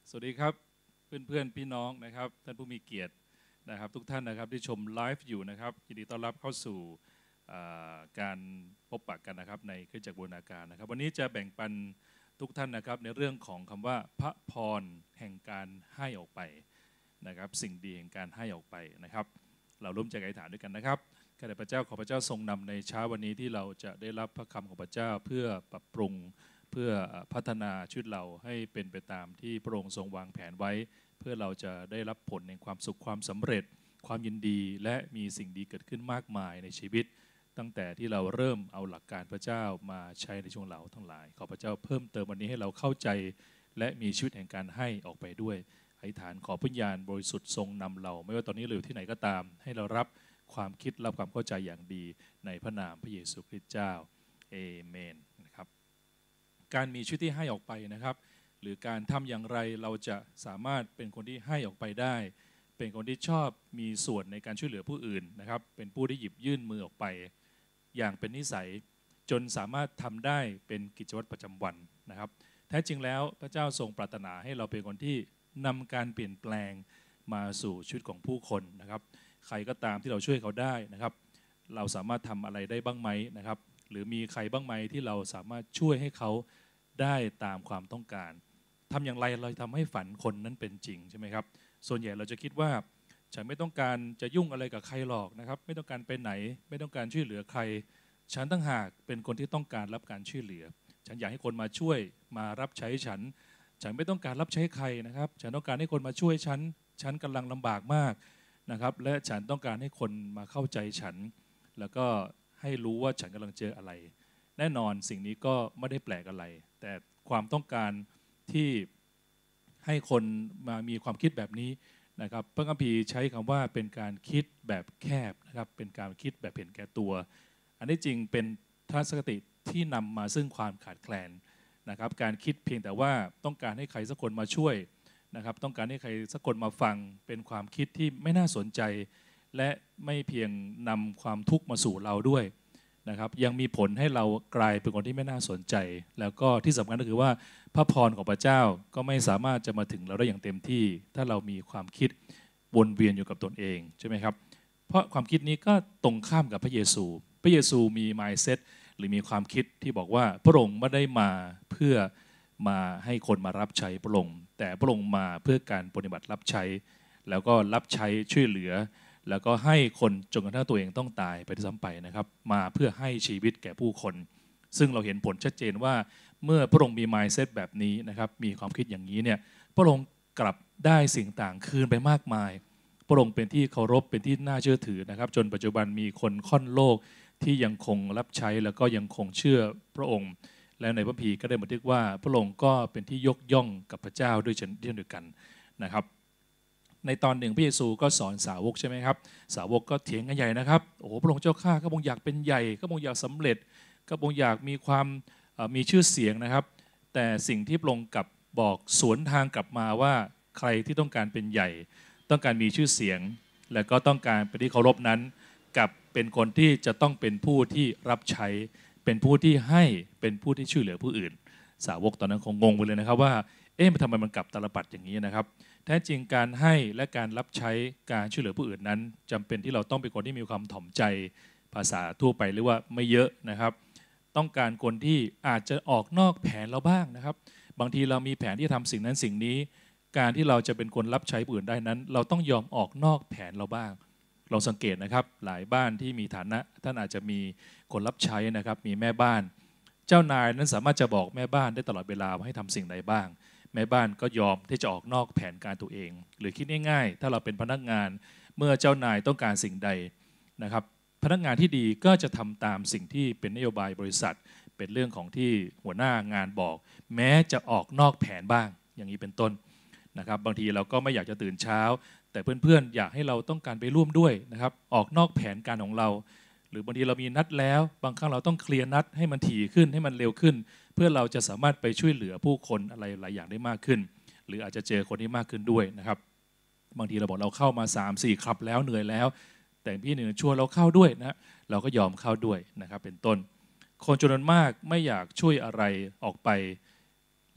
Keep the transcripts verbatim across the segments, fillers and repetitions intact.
สวัสดีครับเพื่อนๆพี่น้องนะครับท่านผู้มีเกียรตินะครับทุกท่านนะครับที่ชมไลฟ์อยู่นะครับยินดีต้อนรับเข้าสู่การพบปะกันนะครับในคริสตจักรบูรณาการนะครับวันนี้จะแบ่งปันทุกท่านนะครับในเรื่องของคำว่าพระพรแห่งการให้ออกไปนะครับสิ่งดีแห่งการให้ออกไปนะครับเราร่วมใจอธิษฐานด้วยกันนะครับข้าแต่พระเจ้าขอพระเจ้าทรงนำในเช้าวันนี้ที่เราจะได้รับพระคำของพระเจ้าเพื่อปรับปรุงเพื่อพัฒนาชีวิตเราให้เป็นไปตามที่พระองค์ทรงวางแผนไว้เพื่อเราจะได้รับผลในความสุขความสำเร็จความยินดีและมีสิ่งดีเกิดขึ้นมากมายในชีวิตตั้งแต่ที่เราเริ่มเอาหลักการพระเจ้ามาใช้ในช่วงเราทั้งหลายขอพระเจ้าเพิ่มเติมวันนี้ให้เราเข้าใจและมีชีวิตแห่งการให้ออกไปด้วยอธิษฐานขอพระวิญญาณบริสุทธิ์ทรงนำเราไม่ว่าตอนนี้เราอยู่ที่ไหนก็ตามให้เรารับความคิดรับความเข้าใจอย่างดีในพระนามพระเยซูคริสต์เจ้าเอเมนนะครับการมีชีวิตที่ให้ออกไปนะครับหรือการทำอย่างไรเราจะสามารถเป็นคนที่ให้ออกไปได้เป็นคนที่ชอบมีส่วนในการช่วยเหลือผู้อื่นนะครับเป็นผู้ที่หยิบยื่นมือออกไปอย่างเป็นนิสัยจนสามารถทำได้เป็นกิจวัตรประจำวันนะครับแท้จริงแล้วพระเจ้าทรงปรารถนาให้เราเป็นคนที่นำการเปลี่ยนแปลงมาสู่ชีวิตของผู้คนนะครับใครก็ตามที่เราช่วยเขาได้นะครับเราสามารถทำอะไรได้บ้างไหมนะครับหรือมีใครบ้างไหมที่เราสามารถช่วยให้เขาได้ตามความต้องการทำอย่างไรเราทำให้ฝันคนนั้นเป็นจริงใช่ไหมครับส่วนใหญ่เราจะคิดว่าฉันไม่ต้องการจะยุ่งอะไรกับใครหรอกนะครับไม่ต้องการไปไหนไม่ต้องการช่วยเหลือใครฉันตั้งหากเป็นคนที่ต้องการรับการช่วยเหลือฉันอยากให้คนมาช่วยมารับใช้ฉันฉันไม่ต้องการรับใช้ใครนะครับฉันต้องการให้คนมาช่วยฉันฉันกำลังลำบากมากนะครับและฉันต้องการให้คนมาเข้าใจฉันแล้วก็ให้รู้ว่าฉันกำลังเจออะไรแน่นอนสิ่งนี้ก็ไม่ได้แปลกอะไรแต่ความต้องการที่ให้คนมามีความคิดแบบนี้นะครับพระคัมภีร์ใช้คำว่าเป็นการคิดแบบแคบนะครับเป็นการคิดแบบเห็นแก่ตัวอันนี้จริงเป็นทัศนคติที่นำมาซึ่งความขาดแคลนนะครับการคิดเพียงแต่ว่าต้องการให้ใครสักคนมาช่วยนะครับต้องการให้ใครสักคนมาฟังเป็นความคิดที่ไม่น่าสนใจและไม่เพียงนำความทุกข์มาสู่เราด้วยนะครับยังมีผลให้เรากลายเป็นคนที่ไม่น่าสนใจแล้วก็ที่สำคัญก็คือว่าพระพรของพระเจ้าก็ไม่สามารถจะมาถึงเราได้อย่างเต็มที่ถ้าเรามีความคิดวนเวียนอยู่กับตนเองใช่ไหมครับเพราะความคิดนี้ก็ตรงข้ามกับพระเยซูพระเยซูมี mindset หรือมีความคิดที่บอกว่าพระองค์ไม่ได้มาเพื่อมาให้คนมารับใช้พระองค์แต่พระองค์มาเพื่อการปฏิบัติรับใช้แล้วก็รับใช้ช่วยเหลือแล้วก็ให้คนจนกระทั่งตัวเองต้องตายไปที่ซ้ำไปนะครับมาเพื่อให้ชีวิตแก่ผู้คนซึ่งเราเห็นผลชัดเจนว่าเมื่อพระองค์มี mindset แบบนี้นะครับมีความคิดอย่างนี้เนี่ยพระองค์กลับได้สิ่งต่างคืนไปมากมายพระองค์เป็นที่เคารพเป็นที่น่าเชื่อถือนะครับจนปัจจุบันมีคนค่อนโลกที่ยังคงรับใช้แล้วก็ยังคงเชื่อพระองค์และในพระคัมภีร์ก็ได้บันทึกว่าพระองค์ก็เป็นที่ยกย่องกับพระเจ้าด้วยเช่นเดียวกันนะครับในตอนหนึ่งพระเยซูก็สอนสาวกใช่ไหมครับสาวกก็เถียงกันใหญ่นะครับโอ้โหพระองค์เจ้าข้าก็คงอยากเป็นใหญ่ก็คงอยากสำเร็จก็คงอยากมีความมีชื่อเสียงนะครับแต่สิ่งที่พระองค์กลับบอกสวนทางกลับมาว่าใครที่ต้องการเป็นใหญ่ต้องการมีชื่อเสียงและก็ต้องการเป็นที่เคารพนั้นกับเป็นคนที่จะต้องเป็นผู้ที่รับใช้เป็นผู้ที่ให้เป็นผู้ที่ช่วยเหลือผู้อื่นสาวกตอนนั้นคงงงไปเลยนะครับว่าเอ๊ะทำไมมันกลับตาลปัดอย่างนี้นะครับแท้จริงการให้และการรับใช้การช่วยเหลือผู้อื่นนั้นจำเป็นที่เราต้องเป็นคนที่มีความถ่อมใจภาษาทั่วไปเรียกว่าไม่เยอะนะครับต้องการคนที่อาจจะออกนอกแผนเราบ้างนะครับบางทีเรามีแผนที่ทำสิ่งนั้นสิ่งนี้การที่เราจะเป็นคนรับใช้ผู้อื่นได้นั้นเราต้องยอมออกนอกแผนเราบ้างลองสังเกตนะครับหลายบ้านที่มีฐานะท่านอาจจะมีคนรับใช้นะครับมีแม่บ้านเจ้านายนั้นสามารถจะบอกแม่บ้านได้ตลอดเวลาว่าให้ทำสิ่งใดบ้างแม่บ้านก็ยอมที่จะออกนอกแผนการตัวเองหรือคิดง่ายๆถ้าเราเป็นพนักงานเมื่อเจ้านายต้องการสิ่งใดนะครับพนักงานที่ดีก็จะทำตามสิ่งที่เป็นนโยบายบริษัทเป็นเรื่องของที่หัวหน้างานบอกแม้จะออกนอกแผนบ้างอย่างนี้เป็นต้นนะครับบางทีเราก็ไม่อยากจะตื่นเช้าแต่เพื่อนๆอยากให้เราต้องการไปร่วมด้วยนะครับออกนอกแผนการของเราหรือบางทีเรามีนัดแล้วบางครั้งเราต้องเคลียร์นัดให้มันถี่ขึ้นให้มันเร็วขึ้นเพื่อเราจะสามารถไปช่วยเหลือผู้คนอะไรหลายอย่างได้มากขึ้นหรืออาจจะเจอคนที่มากขึ้นด้วยนะครับบางทีเราบอกเราเข้ามา สามสี่ ครับแล้วเหนื่อยแล้วแต่พี่หนึ่งชวนเราเข้าด้วยนะเราก็ยอมเข้าด้วยนะครับเป็นต้นคนจำนวนมากไม่อยากช่วยอะไรออกไป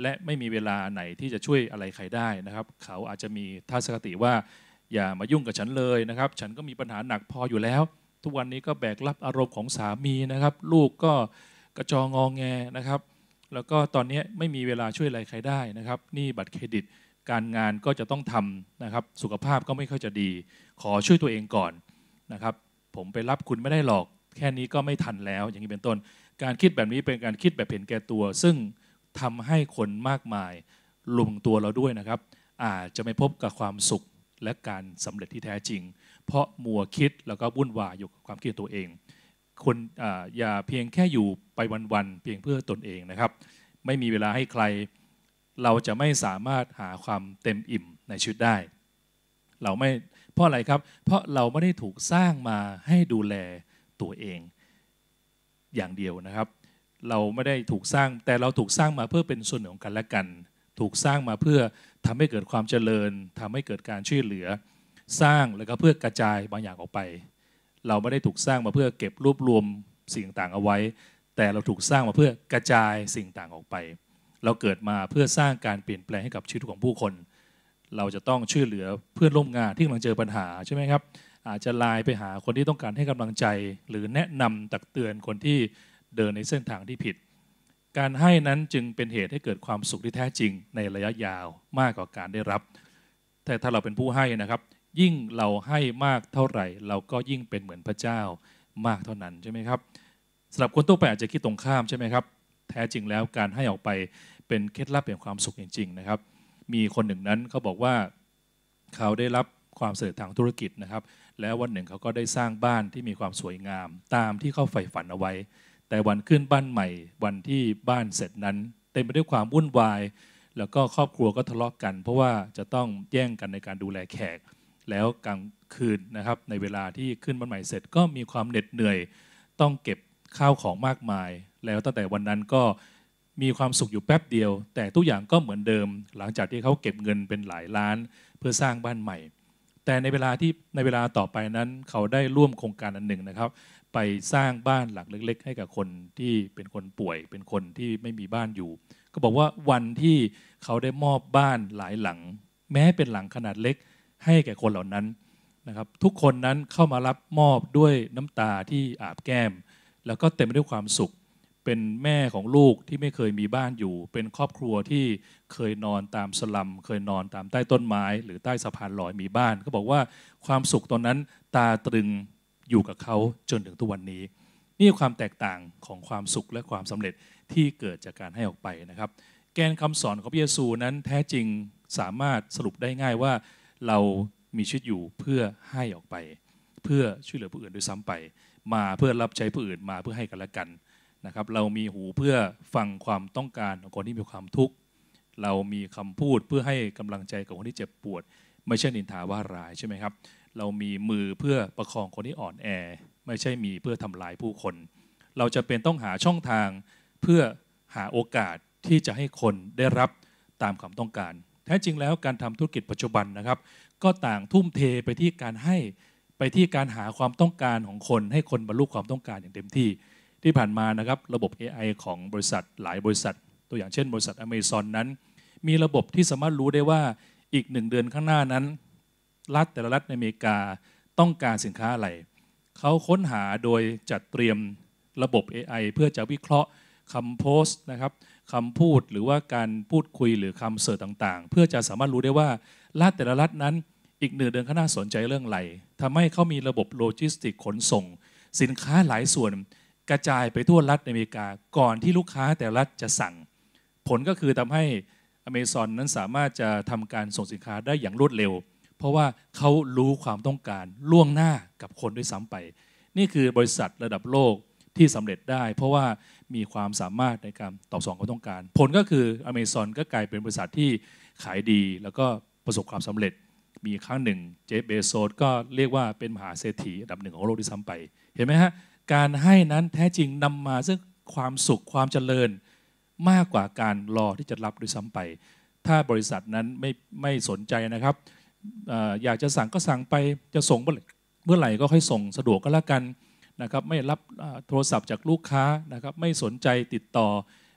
และไม่มีเวลาไหนที่จะช่วยอะไรใครได้นะครับเขาอาจจะมีทัศนคติว่าอย่ามายุ่งกับฉันเลยนะครับฉันก็มีปัญหาหนักพออยู่แล้วทุกวันนี้ก็แบกรับอารมณ์ของสามีนะครับลูกก็กระจองงอแงนะครับแล้วก็ตอนนี้ไม่มีเวลาช่วยอะไรใครได้นะครับนี่บัตรเครดิตการงานก็จะต้องทำนะครับสุขภาพก็ไม่ค่อยจะดีขอช่วยตัวเองก่อนนะครับผมไปรับคุณไม่ได้หรอกแค่นี้ก็ไม่ทันแล้วอย่างนี้เป็นต้นการคิดแบบนี้เป็นการคิดแบบเห็นแก่ตัวซึ่งทำให้คนมากมายลุมตัวเราด้วยนะครับอาจจะไม่พบกับความสุขและการสำเร็จที่แท้จริงเพราะมัวคิดแล้วก็วุ่นวายอยู่กับความคิดตัวเองคนอ่าอย่าเพียงแค่อยู่ไปวันๆเพียงเพื่อตนเองนะครับไม่มีเวลาให้ใครเราจะไม่สามารถหาความเต็มอิ่มในชีวิตได้เราไม่เพราะอะไรครับเพราะเราไม่ได้ถูกสร้างมาให้ดูแลตัวเองอย่างเดียวนะครับเราไม่ได้ถูกสร้างแต่เราถูกสร้างมาเพื่อเป็นส่วนหนึ่งของกันและกันถูกสร้างมาเพื่อทำให้เกิดความเจริญทำให้เกิดการช่วยเหลือสร้างแล้วก็เพื่อกระจายบางอย่างออกไปเราไม่ได้ถูกสร้างมาเพื่อเก็บรวบรวมสิ่งต่างเอาไว้แต่เราถูกสร้างมาเพื่อกระจายสิ่งต่างออกไปเราเกิดมาเพื่อสร้างการเปลี่ยนแปลงให้กับชีวิตของผู้คนเราจะต้องช่วยเหลือเพื่อนร่วมงานที่กำลังเจอปัญหาใช่ไหมครับอาจจะไลน์ไปหาคนที่ต้องการให้กำลังใจหรือแนะนำตักเตือนคนที่เดินในเส้นทางที่ผิดการให้นั้นจึงเป็นเหตุให้เกิดความสุขที่แท้จริงในระยะยาวมากกว่าการได้รับแต่ถ้าเราเป็นผู้ให้นะครับยิ่งเราให้มากเท่าไหร่เราก็ยิ่งเป็นเหมือนพระเจ้ามากเท่านั้นใช่ไหมครับสำหรับคนทั่วไปอาจจะคิดตรงข้ามใช่ไหมครับแท้จริงแล้วการให้ออกไปเป็นเคล็ดลับแห่งความสุขจริงๆนะครับมีคนหนึ่งนั้นเขาบอกว่าเขาได้รับความสำเร็จทางธุรกิจนะครับแล้ววันหนึ่งเขาก็ได้สร้างบ้านที่มีความสวยงามตามที่เขาใฝ่ฝันเอาไว้แต่วันขึ้นบ้านใหม่วันที่บ้านเสร็จนั้นเต็มไปด้วยความวุ่นวายแล้วก็ครอบครัวก็ทะเลาะกันเพราะว่าจะต้องแย่งกันในการดูแลแขกแล้วกลางคืนนะครับในเวลาที่ขึ้นบ้านใหม่เสร็จก็มีความเหน็ดเหนื่อยต้องเก็บข้าวของมากมายแล้วตั้งแต่วันนั้นก็มีความสุขอยู่แป๊บเดียวแต่ทุกอย่างก็เหมือนเดิมหลังจากที่เขาเก็บเงินเป็นหลายล้านเพื่อสร้างบ้านใหม่แต่ในเวลาที่ในเวลาต่อไปนั้นเขาได้ร่วมโครงการอันหนึ่งนะครับไปสร้างบ้านหลังเล็กๆให้กับคนที่เป็นคนป่วยเป็นคนที่ไม่มีบ้านอยู่ก็บอกว่าวันที่เขาได้มอบบ้านหลายหลังแม้เป็นหลังขนาดเล็กให้แก่คนเหล่านั้นนะครับทุกคนนั้นเข้ามารับมอบด้วยน้ำตาที่อาบแก้มแล้วก็เต็มไปด้วยความสุขเป็นแม่ของลูกที่ไม่เคยมีบ้านอยู่เป็นครอบครัวที่เคยนอนตามสลัมเคยนอนตามใต้ต้นไม้หรือใต้สะพานลอยมีบ้านเขาบอกว่าความสุขตอนนั้นตาตรึงอยู่กับเขาจนถึงทุกวันนี้นี่ความแตกต่างของความสุขและความสำเร็จที่เกิดจากการให้ออกไปนะครับแกนคำสอนของพระเยซูนั้นแท้จริงสามารถสรุปได้ง่ายว่าเรามีชีวิตอยู่เพื่อให้ออกไปเพื่อช่วยเหลือผู้อื่นด้วยซ้ำไปมาเพื่อรับใช้ผู้อื่นมาเพื่อให้กันและกันนะครับเรามีหูเพื่อฟังความต้องการของคนที่มีความทุกข์เรามีคำพูดเพื่อให้กำลังใจกับคนที่เจ็บปวดไม่ใช่นินทาว่าร้ายใช่ไหมครับเรามีมือเพื่อประคองคนที่อ่อนแอไม่ใช่มีเพื่อทำลายผู้คนเราจะเป็นต้องหาช่องทางเพื่อหาโอกาสที่จะให้คนได้รับตามความต้องการแท้จริงแล้วการทำธุรกิจปัจจุบันนะครับก็ต่างทุ่มเทไปที่การให้ไปที่การหาความต้องการของคนให้คนบรรลุความต้องการอย่างเต็มที่ที่ผ่านมานะครับระบบ เอ ไอ ของบริษัทหลายบริษัทตัวอย่างเช่นบริษัท Amazon นั้นมีระบบที่สามารถรู้ได้ว่าอีกหนึ่งเดือนข้างหน้านั้นรัฐแต่ละรัฐในอเมริกาต้องการสินค้าอะไรเขาค้นหาโดยจัดเตรียมระบบ เอ ไอ เพื่อจะวิเคราะห์คำโพสต์นะครับคำพูดหรือว่าการพูดคุยหรือคำเสิร์ชต่างๆเพื่อจะสามารถรู้ได้ว่ารัฐแต่ละรัฐนั้นอีกหนึ่งเดือนข้างหน้าสนใจเรื่องอะไรทำให้เขามีระบบโลจิสติกขนส่งสินค้าหลายส่วนกระจายไปทั่วรัฐในอเมริกาก่อนที่ลูกค้าแต่ละรัฐจะสั่งผลก็คือทำให้ Amazon นั้นสามารถจะทำการส่งสินค้าได้อย่างรวดเร็วเพราะว่าเขารู้ความต้องการล่วงหน้ากับคนด้วยซ้ำไปนี่คือบริษัทระดับโลกที่สำเร็จได้เพราะว่ามีความสามารถในการตอบสนองความต้องการผลก็คือ Amazon ก็กลายเป็นบริษัทที่ขายดีแล้วก็ประสบความสำเร็จมีครั้งหนึ่งเจฟ เบโซสก็เรียกว่าเป็นมหาเศรษฐีอันดับหนึ่งของโลกด้วยซ้ำไปเห็นไหมฮะการให้นั้นแท้จริงนำมาซึ่งความสุขความเจริญมากกว่าการรอที่จะรับด้วยซ้ำไปถ้าบริษัทนั้นไม่ไม่สนใจนะครับอยากจะสั่งก็สั่งไปจะส่งเมื่อไหร่ก็ค่อยส่งสะดวกก็แล้วกันนะครับไม่รับโทรศัพท์จากลูกค้านะครับไม่สนใจติดต่อ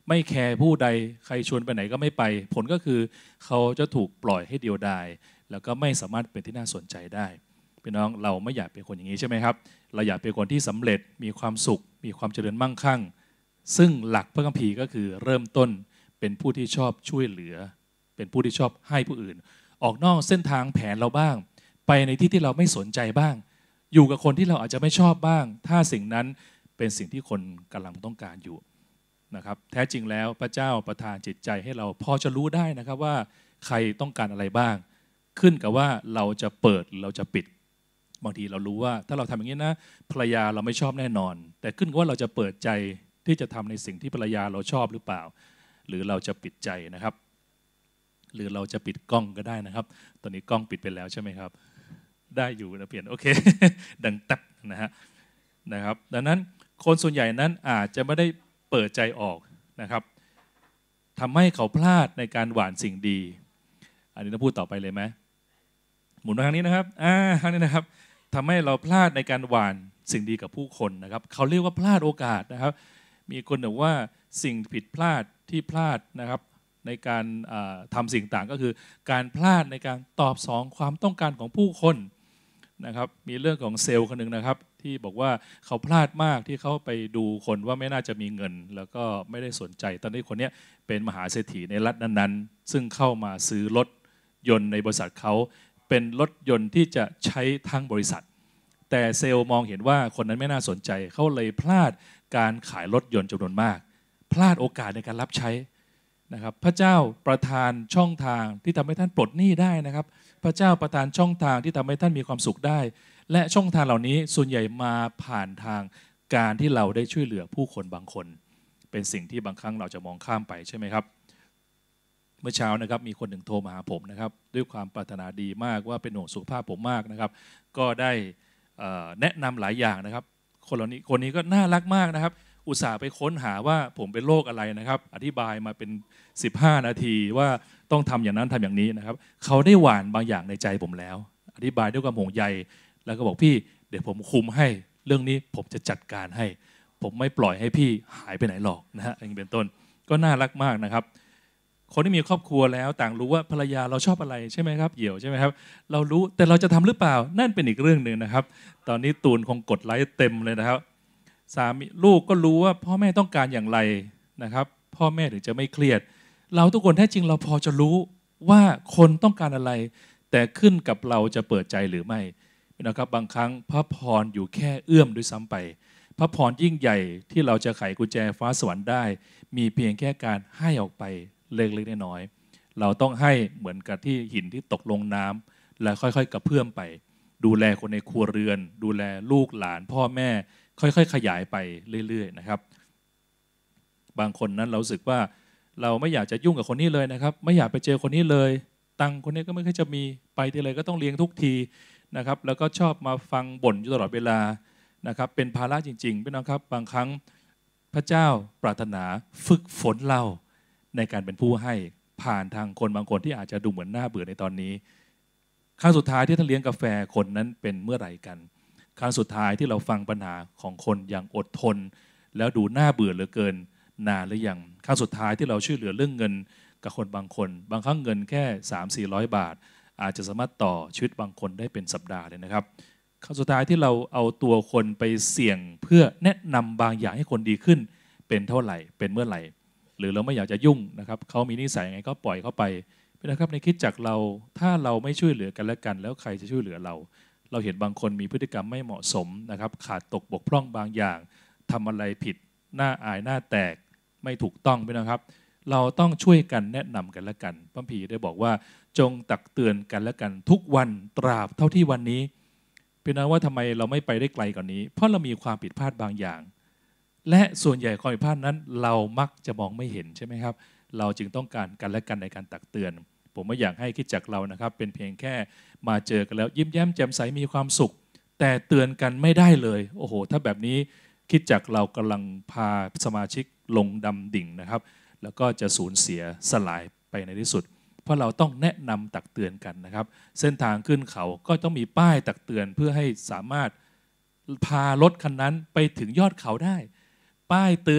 ไม่แคร์ผู้ใดใครชวนไปไหนก็ไม่ไปผลก็คือเขาจะถูกปล่อยให้เดียวดายแล้วก็ไม่สามารถเป็นที่น่าสนใจได้พี่น้องเราไม่อยากเป็นคนอย่างนี้ใช่ไหมครับเราอยากเป็นคนที่สำเร็จมีความสุขมีความเจริญมั่งคั่งซึ่งหลักพระคัมภีร์ก็คือเริ่มต้นเป็นผู้ที่ชอบช่วยเหลือเป็นผู้ที่ชอบให้ผู้อื่นออกนอกเส้นทางแผนเราบ้างไปในที่ที่เราไม่สนใจบ้างอยู่กับคนที่เราอาจจะไม่ชอบบ้างถ้าสิ่งนั้นเป็นสิ่งที่คนกำลังต้องการอยู่นะครับแท้จริงแล้วพระเจ้าประทานจิตใจให้เราพอจะรู้ได้นะครับว่าใครต้องการอะไรบ้างขึ้นกับว่าเราจะเปิดหรือเราจะปิดบางทีเรารู้ว่าถ้าเราทำอย่างนี้นะภรรยาเราไม่ชอบแน่นอนแต่ขึ้นกับว่าเราจะเปิดใจที่จะทำในสิ่งที่ภรรยาเราชอบหรือเปล่าหรือเราจะปิดใจนะครับหรือเราจะปิดกล้องก็ได้นะครับตอนนี้กล้องปิดไปแล้วใช่ไหมครับได้อยู่นะเปลี่ยนโอเค ดังตับนะฮะนะครับดังนั้นคนส่วนใหญ่นั้นอาจจะไม่ได้เปิดใจออกนะครับทำให้เขาพลาดในการหว่านสิ่งดีอันนี้ต้องพูดต่อไปเลยไหมหมุนมาทางนี้นะครับอ่าทางนี้นะครับทำให้เราพลาดในการหว่านสิ่งดีกับผู้คนนะครับเขาเรียกว่าพลาดโอกาสนะครับมีคนบอกว่าสิ่งผิดพลาดที่พลาดนะครับในการทำสิ่งต่างก็คือการพลาดในการตอบสนองความต้องการของผู้คนนะครับมีเรื่องของเซลล์คนหนึ่งนะครับที่บอกว่าเขาพลาดมากที่เขาไปดูคนว่าไม่น่าจะมีเงินแล้วก็ไม่ได้สนใจตอนนี้คนนี้เป็นมหาเศรษฐีในรัฐนั้นๆซึ่งเข้ามาซื้อรถยนต์ในบริษัทเขาเป็นรถยนต์ที่จะใช้ทั้งบริษัทแต่เซลล์มองเห็นว่าคนนั้นไม่น่าสนใจเขาเลยพลาดการขายรถยนต์จำนวนมากพลาดโอกาสในการรับใช้นะครับพระเจ้าประทานช่องทางที่ทำให้ท่านปลดหนี้ได้นะครับพระเจ้าประทานช่องทางที่ทำให้ท่านมีความสุขได้และช่องทางเหล่านี้ส่วนใหญ่มาผ่านทางการที่เราได้ช่วยเหลือผู้คนบางคนเป็นสิ่งที่บางครั้งเราจะมองข้ามไปใช่ไหมครับเมื่อเช้านะครับมีคนหนึ่งโทรมาหาผมนะครับด้วยความปรารถนาดีมากว่าเป็นห่วงสุขภาพผมมากนะครับก็ได้แนะนำหลายอย่างนะครับคนเหล่านี้คนนี้ก็น่ารักมากนะครับอุตส่าห์ไปค้นหาว่าผมเป็นโรคอะไรนะครับอธิบายมาเป็นสิบห้านาทีว่าต้องทำอย่างนั้นทำอย่างนี้นะครับเขาได้หว่านบางอย่างในใจผมแล้วอธิบายด้วยความห่วงใยแล้วก็บอกพี่เดี๋ยวผมคุมให้เรื่องนี้ผมจะจัดการให้ผมไม่ปล่อยให้พี่หายไปไหนหรอกนะฮะอย่างเป็นต้นก็น่ารักมากนะครับคนที่มีครอบครัวแล้วต่างรู้ว่าภรรยาเราชอบอะไรใช่ไหมครับเหี่ยวใช่ไหมครับเรารู้แต่เราจะทำหรือเปล่านั่นเป็นอีกเรื่องหนึ่งนะครับตอนนี้ตูนคงกดไลค์เต็มเลยนะครับสามีลูกก็รู้ว่าพ่อแม่ต้องการอย่างไรนะครับพ่อแม่ถึงจะไม่เครียดเราทุกคนแท้จริงเราพอจะรู้ว่าคนต้องการอะไรแต่ขึ้นกับเราจะเปิดใจหรือไม่นะครับบางครั้งพระพรอยู่แค่เอื้อมด้วยซ้ำไปพระพรยิ่งใหญ่ที่เราจะไขกุญแจฟ้าสวรรค์ได้มีเพียงแค่การให้ออกไปเล็กๆน้อยๆเราต้องให้เหมือนกับที่หินที่ตกลงน้ำแล้วค่อยๆกระเพื่อมไปดูแลคนในครัวเรือนดูแลลูกหลานพ่อแม่ค่อยๆขยายไปเรื่อยๆนะครับบางคนนั้นเราสึกว่าเราไม่อยากจะยุ่งกับคนนี้เลยนะครับไม่อยากไปเจอคนนี้เลยตังคนนี้ก็ไม่ค่อยจะมีไปทีไรก็ต้องเลี้ยงทุกทีนะครับแล้วก็ชอบมาฟังบ่นอยู่ตลอดเวลานะครับเป็นภาระจริงๆพี่น้องครับบางครั้งพระเจ้าปรารถนาฝึกฝนเราในการเป็นผู้ให้ผ่านทางคนบางคนที่อาจจะดูเหมือนน่าเบื่อในตอนนี้ครั้งสุดท้ายที่ท่านเลี้ยงกาแฟคนนั้นเป็นเมื่อไหร่กันครั้งสุดท้ายที่เราฟังปัญหาของคนอย่างอดทนแล้วดูน่าเบื่อเหลือเกินนานหรือยังครั้งสุดท้ายที่เราช่วยเหลือเรื่องเงินกับคนบางคนบางครั้งเงินแค่ สามถึงสี่ร้อย บาทอาจจะสามารถต่อชีวิตบางคนได้เป็นสัปดาห์เลยนะครับครั้งสุดท้ายที่เราเอาตัวคนไปเสี่ยงเพื่อแนะนำบางอย่างให้คนดีขึ้นเป็นเท่าไหร่เป็นเมื่อไหร่หรือเราไม่อยากจะยุ่งนะครับเขามีนิสัยยังไงก็ปล่อยเขาไปนะครับในคิดจากเราถ้าเราไม่ช่วยเหลือกันและกันแล้วใครจะช่วยเหลือเราเราเห็นบางคนมีพฤติกรรมไม่เหมาะสมนะครับขาดตกบกพร่องบางอย่างทำอะไรผิดหน้าอายหน้าแตกไม่ถูกต้องพี่นะครับเราต้องช่วยกันแนะนำกันและกันพระพีได้บอกว่าจงตักเตือนกันและกันทุกวันตราบเท่าที่วันนี้เป็นนั้นว่าทำไมเราไม่ไปได้ไกลกว่านี้เพราะเรามีความผิดพลาดบางอย่างและส่วนใหญ่ความผิดพลาดนั้นเรามักจะมองไม่เห็นใช่ไหมครับเราจึงต้องการกันและกันในการตักเตือนผมไม่อยากให้คิดจากเรานะครับเป็นเพียงแค่มาเจอกันแล้วยิ้มแย้มแจ่มใสมีความสุขแต่เตือนกันไม่ได้เลยโอ้โหถ้าแบบนี้คิดจากเรากำลังพาสมาชิกลงดำดิ่งนะครับแล้วก็จะสูญเสียสลายไปในที่สุดเพราะเราต้องแนะนำตักเตือนกันนะครับเส้นทางขึ้นเขาก็ต้องมีป้ายตักเตือนเพื่อให้สามารถพารถคันนั้นไปถึงยอดเขาได้ป้ายเตือน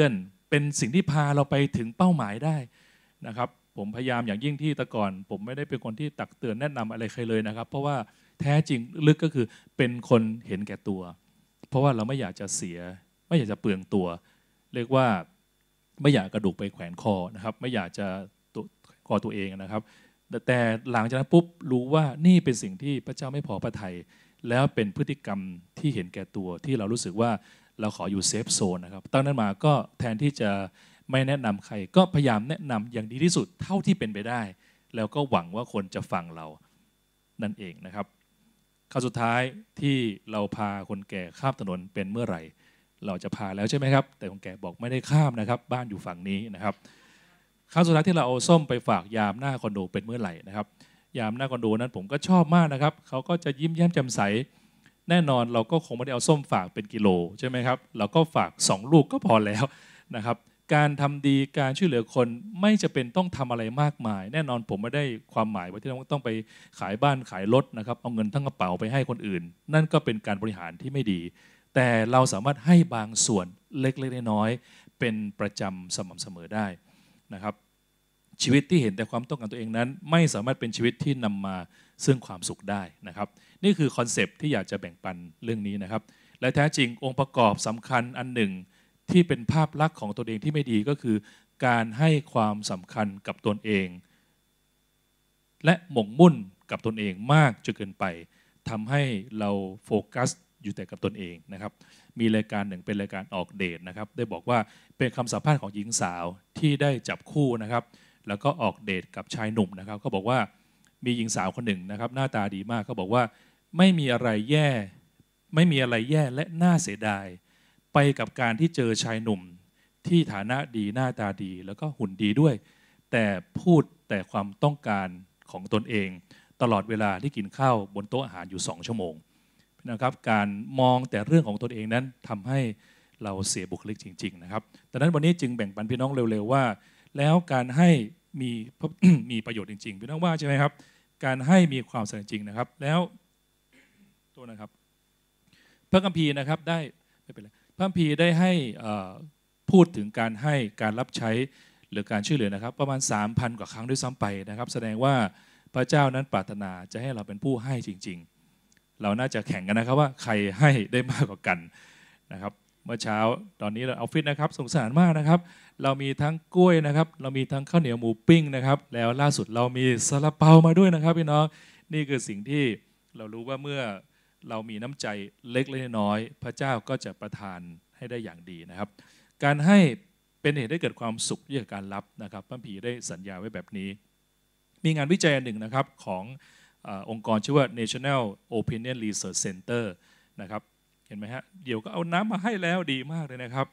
เป็นสิ่งที่พาเราไปถึงเป้าหมายได้นะครับผมพยายามอย่างยิ่งที่แต่ก่อนผมไม่ได้เป็นคนที่ตักเตือนแนะนำอะไรใครเลยนะครับเพราะว่าแท้จริงลึกก็คือเป็นคนเห็นแก่ตัวเพราะว่าเราไม่อยากจะเสียไม่อยากจะเปลืองตัวเรียกว่าไม่อยากกระดูกไปแขวนคอนะครับไม่อยากจะตัวคอตัวเองนะครับแต่หลังจากนั้นปุ๊บรู้ว่านี่เป็นสิ่งที่พระเจ้าไม่พอพระทัยแล้วเป็นพฤติกรรมที่เห็นแก่ตัวที่เรารู้สึกว่าเราขออยู่เซฟโซนนะครับตั้งนั้นมาก็แทนที่จะไม่แนะนำใครก็พยายามแนะนำอย่างดีที่สุดเท่าที่เป็นไปได้แล้วก็หวังว่าคนจะฟังเรานั่นเองนะครับครั้งสุดท้ายที่เราพาคนแก่ข้ามถนนเป็นเมื่อไหร่เราจะพาแล้วใช่ไหมครับแต่คนแก่บอกไม่ได้ข้ามนะครับบ้านอยู่ฝั่งนี้นะครับครั้งสุดท้ายที่เราเอาส้มไปฝากยามหน้าคอนโดเป็นเมื่อไหร่นะครับยามหน้าคอนโดนั้นผมก็ชอบมากนะครับเขาก็จะยิ้มแย้มแจ่มใสแน่นอนเราก็คงไม่ได้เอาส้มฝากเป็นกิโลใช่ไหมครับเราก็ฝากสองลูกก็พอแล้วนะครับการทำดีการช่วยเหลือคนไม่จะเป็นต้องทำอะไรมากมายแน่นอนผมไม่ได้ความหมายว่าที่ต้องไปขายบ้านขายรถนะครับเอาเงินทั้งกระเป๋าไปให้คนอื่นนั่นก็เป็นการบริหารที่ไม่ดีแต่เราสามารถให้บางส่วนเล็กๆน้อยๆเป็นประจำสม่ำเสมอได้นะครับชีวิตที่เห็นแต่ความต้องการตัวเองนั้นไม่สามารถเป็นชีวิตที่นำมาซึ่งความสุขได้นะครับนี่คือคอนเซปต์ที่อยากจะแบ่งปันเรื่องนี้นะครับและแท้จริงองค์ประกอบสำคัญอันหนึ่งที่เป็นภาพลักษณ์ของตัวเองที่ไม่ดีก็คือการให้ความสำคัญกับตนเองและหมกมุ่นกับตนเองมากจนเกินไปทำให้เราโฟกัสอยู่แต่กับตนเองนะครับมีรายการหนึ่งเป็นรายการออกเดทนะครับได้บอกว่าเป็นคำสัมภาษณ์ของหญิงสาวที่ได้จับคู่นะครับแล้วก็ออกเดทกับชายหนุ่มนะครับเขาบอกว่ามีหญิงสาวคนหนึ่งนะครับหน้าตาดีมากเขาบอกว่าไม่มีอะไรแย่ไม่มีอะไรแย่และน่าเสียดายไปกับการที่เจอชายหนุ่มที่ฐานะดีหน้าตาดีแล้วก็หุ่นดีด้วยแต่พูดแต่ความต้องการของตนเองตลอดเวลาที่กินข้าวบนโต๊ะอาหารอยู่สองชั่วโมงนะครับการมองแต่เรื่องของตนเองนั้นทำให้เราเสียบุคลิกจริงๆนะครับดังนั้นวันนี้จึงแบ่งปันพี่น้องเร็วๆว่าแล้วการให้มี มีประโยชน์จริงๆพี่น้องว่าใช่ไหมครับการให้มีความสำคัญจริงนะครับแล้วตัวนะครับพระคัมภีร์นะครับได้ไม่เป็นไรพระคัมภีร์ได้ให้พูดถึงการให้การรับใช้หรือการช่วยเหลือนะครับประมาณ สามพัน กว่าครั้งด้วยซ้ำไปนะครับแสดงว่าพระเจ้านั้นปรารถนาจะให้เราเป็นผู้ให้จริงๆเราน่าจะแข่งกันนะครับว่าใครให้ได้มากกว่ากันนะครับเมื่อเช้าตอนนี้เราออฟฟิศนะครับสงสารมากนะครับเรามีทั้งกล้วยนะครับเรามีทั้งข้าวเหนียวหมูปิ้งนะครับแล้วล่าสุดเรามีซาลาเปามาด้วยนะครับพี่น้องนี่คือสิ่งที่เรารู้ว่าเมื่อเรามีน้ำใจเล็กเล็กน้อยพระเจ้าก็จะประทานให้ได้อย่างดีนะครับการให้เป็นเหตุให้เกิดความสุขจากการรับนะครับพระคัมภีร์ได้สัญญาไว้แบบนี้มีงานวิจัยอันหนึ่งนะครับขององค์กรชื่อว่า National Opinion Research Center นะครับเห็นไหมฮะเดี๋ยวก็เอาน้ำมาให้แล้วดีมากเลยนะครับ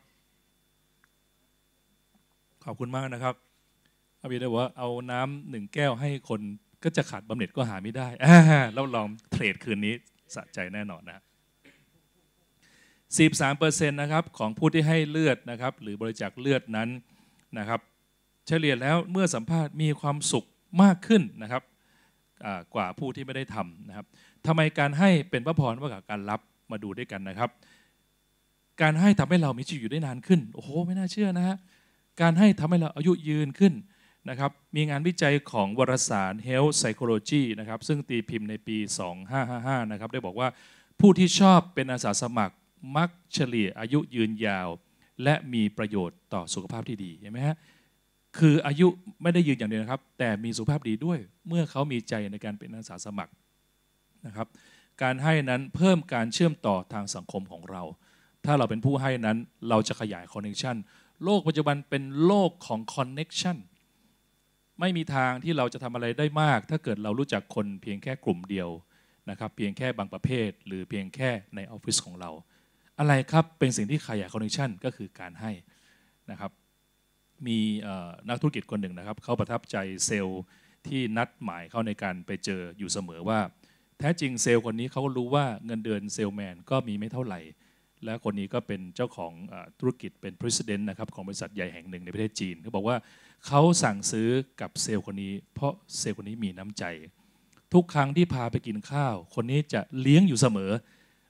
ขอบคุณมากนะครับพระบิดาบอกว่าเอาน้ำหนึ่งแก้วให้คนก็จะขาดบำเหน็จก็หาไม่ได้เราลองเทรดคืนนี้สะใจแน่นอนนะสิบสามเปอร์เซ็นต์นะครับของผู้ที่ให้เลือดนะครับหรือบริจาคเลือดนั้นนะครับเฉลี่ยแล้วเมื่อสัมภาษณ์มีความสุขมากขึ้นนะครับกว่าผู้ที่ไม่ได้ทำนะครับทำไมการให้เป็นพระพรมากกว่าการรับมาดูด้วยกันนะครับการให้ทำให้เรามีชีวิตอยู่ได้นานขึ้นโอ้โหไม่น่าเชื่อนะฮะการให้ทำให้เราอายุยืนขึ้นนะครับมีงานวิจัยของวารสาร Health Psychology นะครับซึ่งตีพิมพ์ในปีสองพันห้าร้อยห้าสิบห้านะครับได้บอกว่าผู้ที่ชอบเป็นอาสาสมัครมักเฉลี่ยอายุยืนยาวและมีประโยชน์ต่อสุขภาพที่ดีเห็นไหมฮะคืออายุไม่ได้ยืนอย่างเดียวนะครับแต่มีสุขภาพดีด้วยเมื่อเขามีใจในการเป็นอาสาสมัครนะครับการให้นั้นเพิ่มการเชื่อมต่อทางสังคมของเราถ้าเราเป็นผู้ให้นั้นเราจะขยายคอนเนคชันโลกปัจจุบันเป็นโลกของคอนเนคชันไม่มีทางที่เราจะทำอะไรได้มากถ้าเกิดเรารู้จักคนเพียงแค่กลุ่มเดียวนะครับเพียงแค่บางประเภทหรือเพียงแค่ในออฟฟิศของเราอะไรครับเป็นสิ่งที่ขยายคอนเนคชันก็คือการให้นะครับมีนักธุรกิจคนหนึ่งนะครับเขาประทับใจเซลล์ที่นัดหมายเขาในการไปเจออยู่เสมอว่าแท้จริงเซลล์คนนี้เขาก็รู้ว่าเงินเดือนเซลแมนก็มีไม่เท่าไหร่และคนนี้ก็เป็นเจ้าของธุรกิจเป็น president นะครับของบริษัทใหญ่แห่งหนึ่งในประเทศจีนเขาบอกว่าเขาสั่งซื้อกับเซลล์คนนี้เพราะเซลล์คนนี้มีน้ำใจทุกครั้งที่พาไปกินข้าวคนนี้จะเลี้ยงอยู่เสมอ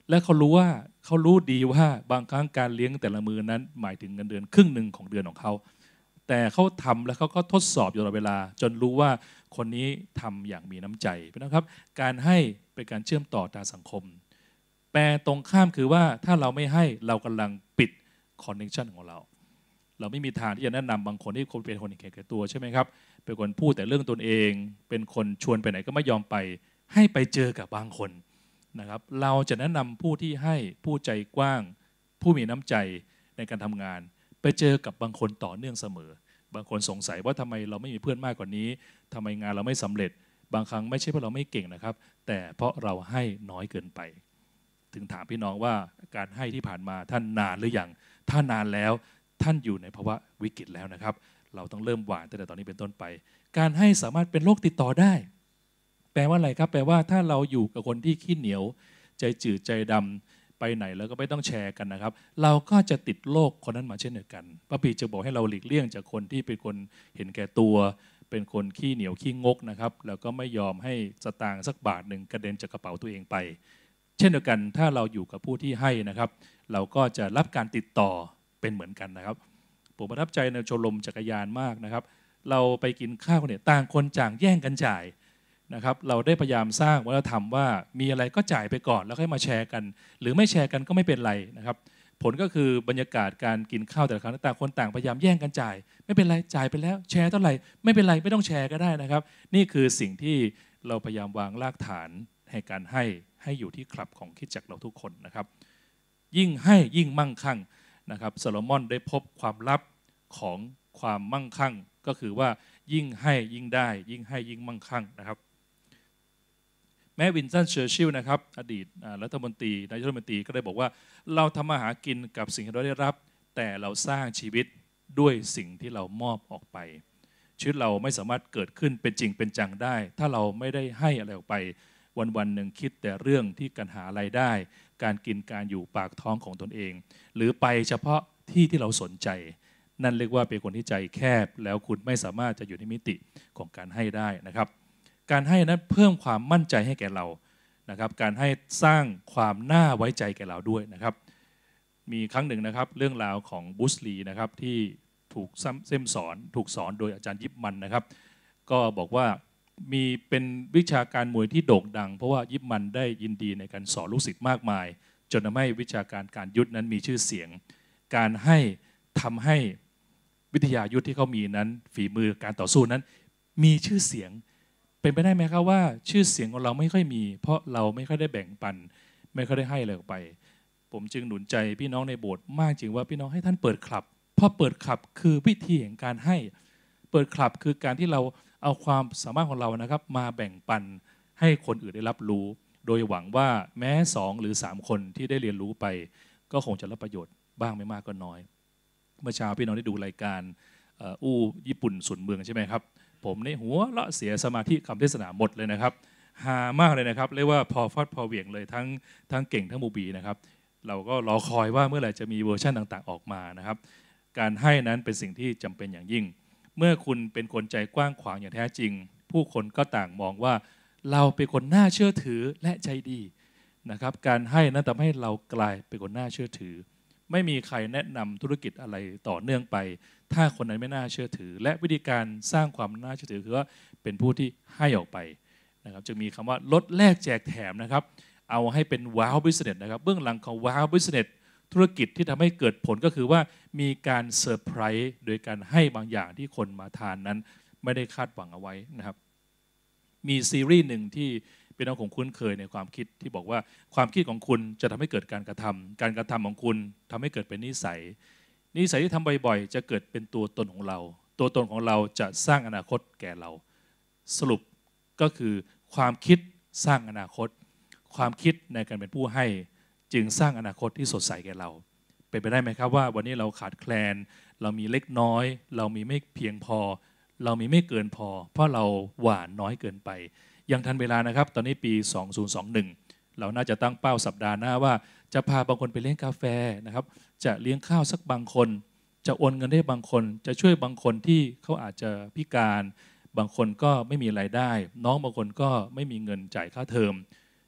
และเขารู้ว่าเขารู้ดีว่าบางครั้งการเลี้ยงแต่ละมือนั้นหมายถึงเงินเดือนครึ่งหนึ่งของเดือนของเขาแต่เขาทำแล้วเขาก็ทดสอบอยู่ตลอดเวลาจนรู้ว่าคนนี้ทำอย่างมีน้ำใจนะครับการให้เป็นการเชื่อมต่อทางสังคมแปลตรงข้ามคือว่าถ้าเราไม่ให้เรากำลังปิดคอนเนคชั่นของเราเราไม่มีทางที่จะแนะนำบางคนที่คนเป็นคนเห็นแก่ตัวใช่ไหมครับเป็นคนพูดแต่เรื่องตนเองเป็นคนชวนไปไหนก็ไม่ยอมไปให้ไปเจอกับบางคนนะครับเราจะแนะนำผู้ที่ให้ผู้ใจกว้างผู้มีน้ำใจในการทำงานไปเจอกับบางคนต่อเนื่องเสมอบางคนสงสัยว่าทำไมเราไม่มีเพื่อนมากกว่านี้ทำไมงานเราไม่สำเร็จบางครั้งไม่ใช่เพราะเราไม่เก่งนะครับแต่เพราะเราให้น้อยเกินไปถึงถามพี่น้องว่าการให้ที่ผ่านมาท่านนานหรือยังถ้านานแล้วท่านอยู่ในภาวะวิกฤตแล้วนะครับเราต้องเริ่มหวานตั้งแต่ตอนนี้เป็นต้นไปการให้สามารถเป็นโรคติดต่อได้แปลว่าอะไรครับแปลว่าถ้าเราอยู่กับคนที่ขี้เหนียวใจจืดใจดำไปไหนแล้วก็ไม่ต้องแชร์กันนะครับเราก็จะติดโรคคนนั้นมาเช่นเดียวกันพระบิดาจะบอกให้เราหลีกเลี่ยงจากคนที่เป็นคนเห็นแก่ตัวเป็นคนขี้เหนียวขี้งกนะครับแล้วก็ไม่ยอมให้สตางค์สักบาทหนึ่งกระเด็นจากกระเป๋าตัวเองไปเช่นเดียวกันถ้าเราอยู่กับผู้ที่ให้นะครับเราก็จะรับการติดต่อเป็นเหมือนกันนะครับผมประทับใจในชมรมจักรยานมากนะครับเราไปกินข้าวเนี่ยต่างคนจ่างแย่งกันจ่ายนะครับเราได้พยายามสร้างวัฒนธรรมว่ามีอะไรก็จ่ายไปก่อนแล้วค่อยมาแชร์กันหรือไม่แชร์กันก็ไม่เป็นไรนะครับผลก็คือบรรยากาศการกินข้าวแต่ละครั้งต่างคนต่างพยายามแย่งกันจ่ายไม่เป็นไรจ่ายไปแล้วแชร์เท่าไหร่ไม่เป็นไรไม่ต้องแชร์ก็ได้นะครับนี่คือสิ่งที่เราพยายามวางรากฐานให้การให้ให้อยู่ที่คลับของคริสตจักรเราทุกคนนะครับยิ่งให้ยิ่งมั่งคั่งนะครับโซโลมอนได้พบความลับของความมั่งคั่งก็คือว่ายิ่งให้ยิ่งได้ยิ่งให้ยิ่งมั่งคั่งนะครับแม้วินสตัน เชอร์ชิลล์นะครับอดีตรัฐมนตรีนายกรัฐมนตรีก็ได้บอกว่าเราทำมาหากินกับสิ่งที่เราได้รับแต่เราสร้างชีวิตด้วยสิ่งที่เรามอบออกไปชีวิตเราไม่สามารถเกิดขึ้นเป็นจริงเป็นจังได้ถ้าเราไม่ได้ให้อะไรออกไปวันวันหนึ่งคิดแต่เรื่องที่การหารายได้การกินการอยู่ปากท้องของตนเองหรือไปเฉพาะที่ที่เราสนใจนั่นเรียกว่าเป็นคนที่ใจแคบแล้วคุณไม่สามารถจะอยู่ในมิติของการให้ได้นะครับการให้นั้นเพิ่มความมั่นใจให้แก่เรานะครับการให้สร้างความน่าไว้ใจแก่เราด้วยนะครับมีครั้งหนึ่งนะครับเรื่องราวของบุสลีนะครับที่ถูกเส้นสอนถูกสอนโดยอาจารย์ยิปมันนะครับก็บอกว่ามีเป็นวิชาการมวยที่โด่งดังเพราะว่ายิปมันได้ยินดีในการสอนลูกศิษย์มากมายจนทำให้วิชาการการยุทธนั้นมีชื่อเสียงการให้ทำให้วิทยายุทธที่เขามีนั้นฝีมือการต่อสู้นั้นมีชื่อเสียงเป็นไปได้ไหมครับว่าชื่อเสียงของเราไม่ค่อยมีเพราะเราไม่ค่อยได้แบ่งปันไม่ค่อยได้ให้อะไรออกไปผมจึงหนุนใจพี่น้องในโบสถ์มากจริงว่าพี่น้องให้ท่านเปิดคลับเพราะเปิดคลับคือวิธีแห่งการให้เปิดคลับคือการที่เราเอาความสามารถของเรานะครับมาแบ่งปันให้คนอื่นได้รับรู้โดยหวังว่าแม้สองหรือสามคนที่ได้เรียนรู้ไปก็คงจะรับประโยชน์บ้างไม่มากก็น้อยเมื่อเช้าพี่น้องได้ดูรายการอู้ญี่ปุ่นสุนเมืองใช่ไหมครับผมในหัวละเสียสมาธิคำเทศนาหมดเลยนะครับฮามากเลยนะครับเรียกว่าพอฟาดพอเหวี่ยงเลยทั้งทั้งเก่งทั้งมูบีนะครับเราก็รอคอยว่าเมื่อไหร่จะมีเวอร์ชันต่างๆออกมานะครับการให้นั้นเป็นสิ่งที่จำเป็นอย่างยิ่งเมื่อคุณเป็นคนใจกว้างขวางอย่างแท้จริงผู้คนก็ต่างมองว่าเราเป็นคนน่าเชื่อถือและใจดีนะครับการให้นั้นทำให้เรากลายเป็นคนน่าเชื่อถือไม่มีใครแนะนำธุรกิจอะไรต่อเนื่องไปถ้าคนนั้นไม่น่าเชื่อถือและวิธีการสร้างความน่าเชื่อถือคือว่าเป็นผู้ที่ให้ออกไปนะครับจึงมีคำว่าลดแลกแจกแถมนะครับเอาให้เป็นว้าวบิสเนสนะครับเบื้องหลังของว้าวบิสเนสธุรกิจที่ทำให้เกิดผลก็คือว่ามีการเซอร์ไพรส์โดยการให้บางอย่างที่คนมาทานนั้นไม่ได้คาดหวังเอาไว้นะครับมีซีรีส์หนึ่งที่เป็นน้องของคุ้นเคยในความคิดที่บอกว่าความคิดของคุณจะทำให้เกิดการกระทำการกระทำของคุณทำให้เกิดเป็นนิสัยนิสัยที่ทำบ่อยๆจะเกิดเป็นตัวตนของเราตัวตนของเราจะสร้างอนาคตแก่เราสรุปก็คือความคิดสร้างอนาคตความคิดในการเป็นผู้ให้จึงสร้างอนาคตที่สดใสแก่เราเป็นไปได้ไหมครับว่าวันนี้เราขาดแคลนเรามีเล็กน้อยเรามีไม่เพียงพอเรามีไม่เกินพอเพราะเราหวานน้อยเกินไปยังทันเวลานะครับตอนนี้ปีสองพันยี่สิบเอ็ดเราน่าจะตั้งเป้าสัปดาห์หน้าว่าจะพาบางคนไปเลี้ยงกาแฟนะครับจะเลี้ยงข้าวสักบางคนจะโอนเงินให้บางคนจะช่วยบางคนที่เขาอาจจะพิการบางคนก็ไม่มีรายได้น้องบางคนก็ไม่มีเงินจ่ายค่าเทอม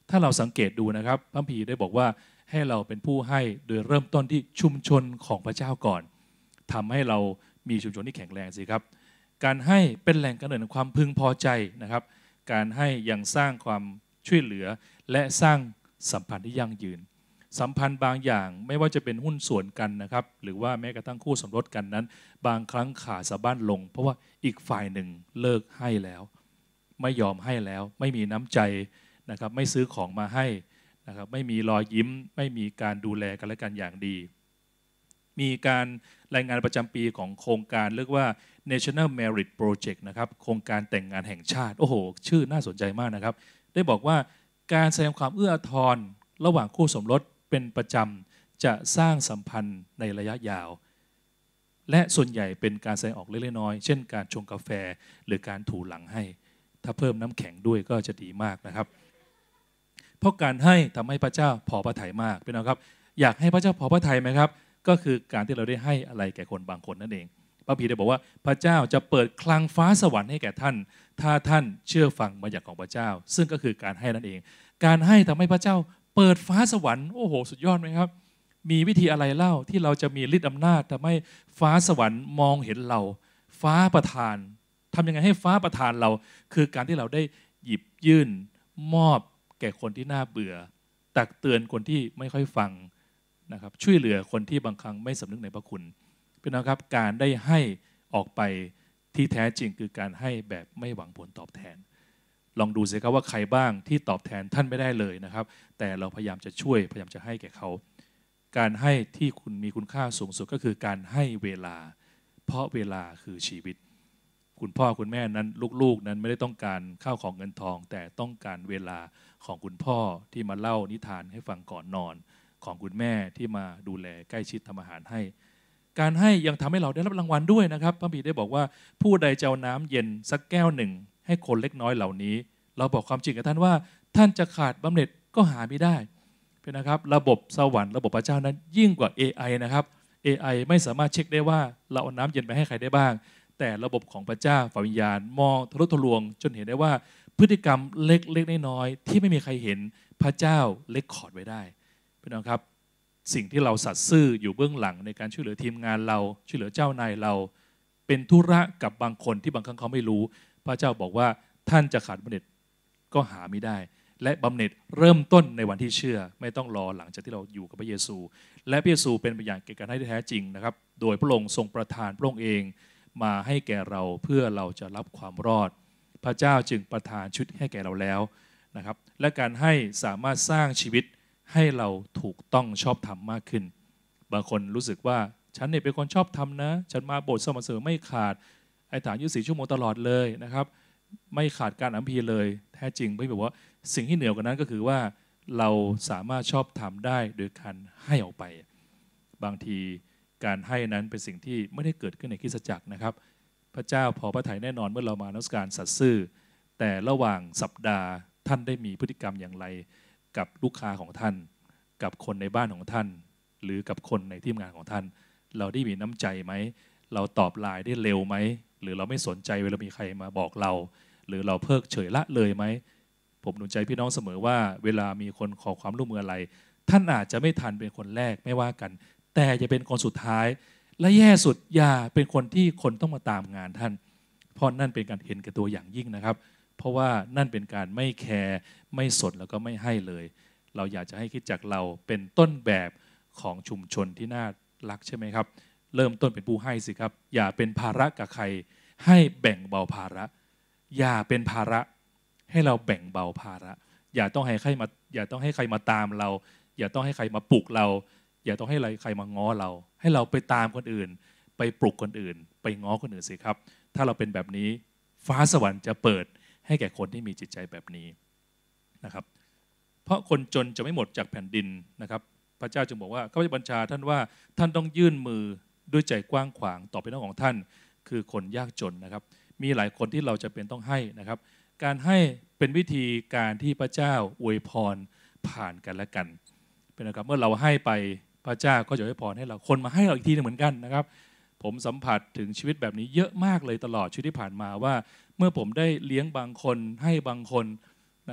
ถ้าเราสังเกตดูนะครับพระคัมภีร์ได้บอกว่าให้เราเป็นผู้ให้โดยเริ่มต้นที่ชุมชนของพระเจ้าก่อนทำให้เรามีชุมชนที่แข็งแรงสิครับการให้เป็นแหล่งกำเนิดความพึงพอใจนะครับการให้ยังสร้างความช่วยเหลือและสร้างสัมพันธ์ที่ยั่งยืนสัมพันธ์บางอย่างไม่ว่าจะเป็นหุ้นส่วนกันนะครับหรือว่าแม้กระทั่งคู่สมรสกันนั้นบางครั้งขาดสะบั้นลงเพราะว่าอีกฝ่ายหนึ่งเลิกให้แล้วไม่ยอมให้แล้วไม่มีน้ำใจนะครับไม่ซื้อของมาให้นะครับไม่มีรอยยิ้มไม่มีการดูแลกันและกันอย่างดีมีการรายงานประจำปีของโครงการเรียกว่า National Merit Project นะครับโครงการแต่งงานแห่งชาติโอ้โหชื่อน่าสนใจมากนะครับได้บอกว่าการแสดงความเอื้ออาทรระหว่างคู่สมรสเป็นประจำจะสร้างสัมพันธ์ในระยะยาวและส่วนใหญ่เป็นการแสดงออกเล็กๆน้อยๆเช่นการชงกาแฟหรือการถูหลังให้ถ้าเพิ่มน้ำแข็งด้วยก็จะดีมากนะครับเพราะการให้ทำให้พระเจ้าพอพระทัยมากเป็นไงครับอยากให้พระเจ้าพอพระทัยไหมครับก็คือการที่เราได้ให้อะไรแก่คนบางคนนั่นเองพระพีได้บอกว่าพระเจ้าจะเปิดคลังฟ้าสวรรค์ให้แก่ท่านถ้าท่านเชื่อฟังบัญญัติของพระเจ้าซึ่งก็คือการให้นั่นเองการให้ทำให้พระเจ้าเปิดฟ้าสวรรค์โอ้โหสุดยอดไหมครับมีวิธีอะไรเล่าที่เราจะมีฤทธิ์อำนาจทำให้ฟ้าสวรรค์มองเห็นเราฟ้าประทานทำยังไงให้ฟ้าประทานเราคือการที่เราได้หยิบยื่นมอบแก่คนที่น่าเบื่อตักเตือนคนที่ไม่ค่อยฟังนะครับช่วยเหลือคนที่บางครั้งไม่สำนึกในพระคุณพี่น้องครับการได้ให้ออกไปที่แท้จริงคือการให้แบบไม่หวังผลตอบแทนลองดูสิครับว่าใครบ้างที่ตอบแทนท่านไม่ได้เลยนะครับแต่เราพยายามจะช่วยพยายามจะให้แก่เขาการให้ที่คุณมีคุณค่าสูงสุดก็คือการให้เวลาเพราะเวลาคือชีวิตคุณพ่อคุณแม่นั้นลูกๆนั้นไม่ได้ต้องการข้าวของเงินทองแต่ต้องการเวลาของคุณพ่อที่มาเล่านิทานให้ฟังก่อนนอนของคุณแม่ที่มาดูแลใกล้ชิดทำอาหารให้การให้ยังทำให้เราได้รับรางวัลด้วยนะครับพระบิดาได้บอกว่าผู้ใดจะเอาน้ำเย็นสักแก้วหนึ่งให้คนเล็กน้อยเหล่านี้เราบอกความจริงกับท่านว่าท่านจะขาดบำเหน็จก็หาไม่ได้เป็นนะครับระบบสวรรค์ระบบพระเจ้านั้นยิ่งกว่า เอ ไอ นะครับ เอ ไอ ไม่สามารถเช็คได้ว่าเราเอาน้ำเย็นไปให้ใครได้บ้างแต่ระบบของพระเจ้าฝ่ายวิญญาณมองทะลุทะลวงจนเห็นได้ว่าพฤติกรรมเล็กๆน้อยๆที่ไม่มีใครเห็นพระเจ้าเล็กคอร์ดไว้ได้เป็นนะครับสิ่งที่เราสัตย์ซื่ออยู่เบื้องหลังในการช่วยเหลือทีมงานเราช่วยเหลือเจ้านายเราเป็นธุระกับบางคนที่บางครั้งเขาไม่รู้พระเจ้าบอกว่าท่านจะขาดบำเหน็จก็หาไม่ได้และบำเหน็จเริ่มต้นในวันที่เชื่อไม่ต้องรอหลังจากที่เราอยู่กับพระเยซูและพระเยซูเป็นตัวอย่างแก่การให้ที่แท้จริงนะครับโดยพระองค์ทรงประทานพระองค์เองมาให้แก่เราเพื่อเราจะรับความรอดพระเจ้าจึงประทานชุดให้แก่เราแล้วนะครับและการให้สามารถสร้างชีวิตให้เราถูกต้องชอบธรรมมากขึ้นบางคนรู้สึกว่าฉันเนี่ยเป็นคนชอบธรรมนะฉันมาโบสถ์สม่ำเสมอไม่ขาดไอ้ฐานยี่สิบสี่ชั่วโมงตลอดเลยนะครับไม่ขาดการอัมพีเลยแท้จริงไม่บอกว่าสิ่งที่เหนือกว่านั้นก็คือว่าเราสามารถชอบธรรมได้โดยการให้ออกไปบางทีการให้นั้นเป็นสิ่งที่ไม่ได้เกิดขึ้นในคริสตจักรนะครับพระเจ้าพอพระทัยแน่นอนเมื่อเรามานมัสการสัตย์ซื่อแต่ระหว่างสัปดาห์ท่านได้มีพฤติกรรมอย่างไรกับลูกค้าของท่านกับคนในบ้านของท่านหรือกับคนในทีมงานของท่านเราได้มีน้ำใจไหมเราตอบไลน์ได้เร็วไหมหรือเราไม่สนใจเวลามีใครมาบอกเราหรือเราเพิกเฉยละเลยไหมผมหนุนใจพี่น้องเสมอว่าเวลามีคนขอความร่วมมืออะไรท่านอาจจะไม่ทันเป็นคนแรกไม่ว่ากันแต่จะเป็นคนสุดท้ายและแย่สุดอย่าเป็นคนที่คนต้องมาตามงานท่านเพราะนั่นเป็นการเห็นแก่ตัวอย่างยิ่งนะครับเพราะว่านั่นเป็นการไม่แคร์ไม่สนแล้วก็ไม่ให้เลยเราอยากจะให้คิดจากเราเป็นต้นแบบของชุมชนที่น่ารักใช่ไหมครับเริ่มต้นเป็นผู้ให้สิครับอย่าเป็นภาระกับใครให้แบ่งเบาภาระอย่าเป็นภาระให้เราแบ่งเบาภาระอย่าต้องให้ใครมาอย่าต้องให้ใครมาตามเราอย่าต้องให้ใครมาปลุกเราอย่าต้องให้ใครมาง้อเราให้เราไปตามคนอื่นไปปลุกคนอื่นไปง้อคนอื่นสิครับถ้าเราเป็นแบบนี้ฟ้าสวรรค์จะเปิดให้แก่คนที่มีจิตใจแบบนี้นะครับเพราะคนจนจะไม่หมดจากแผ่นดินนะครับพระเจ้าจึงบอกว่าข้าพเจ้าบัญชาท่านว่าท่านต้องยื่นมือด้วยใจกว้างขวางต่อพี่น้องของท่านคือคนยากจนนะครับมีหลายคนที่เราจะเป็นต้องให้นะครับการให้เป็นวิธีการที่พระเจ้าอวยพรผ่านกันและกันเป็นนะครับเมื่อเราให้ไปพระเจ้าก็จะอวยพรให้เราคนมาให้เราอีกทีนึงเหมือนกันนะครับผมสัมผัสถึงชีวิตแบบนี้เยอะมากเลยตลอดชีวิตที่ผ่านมาว่าเมื่อผมได้เลี้ยงบางคนให้บางคนนะครับ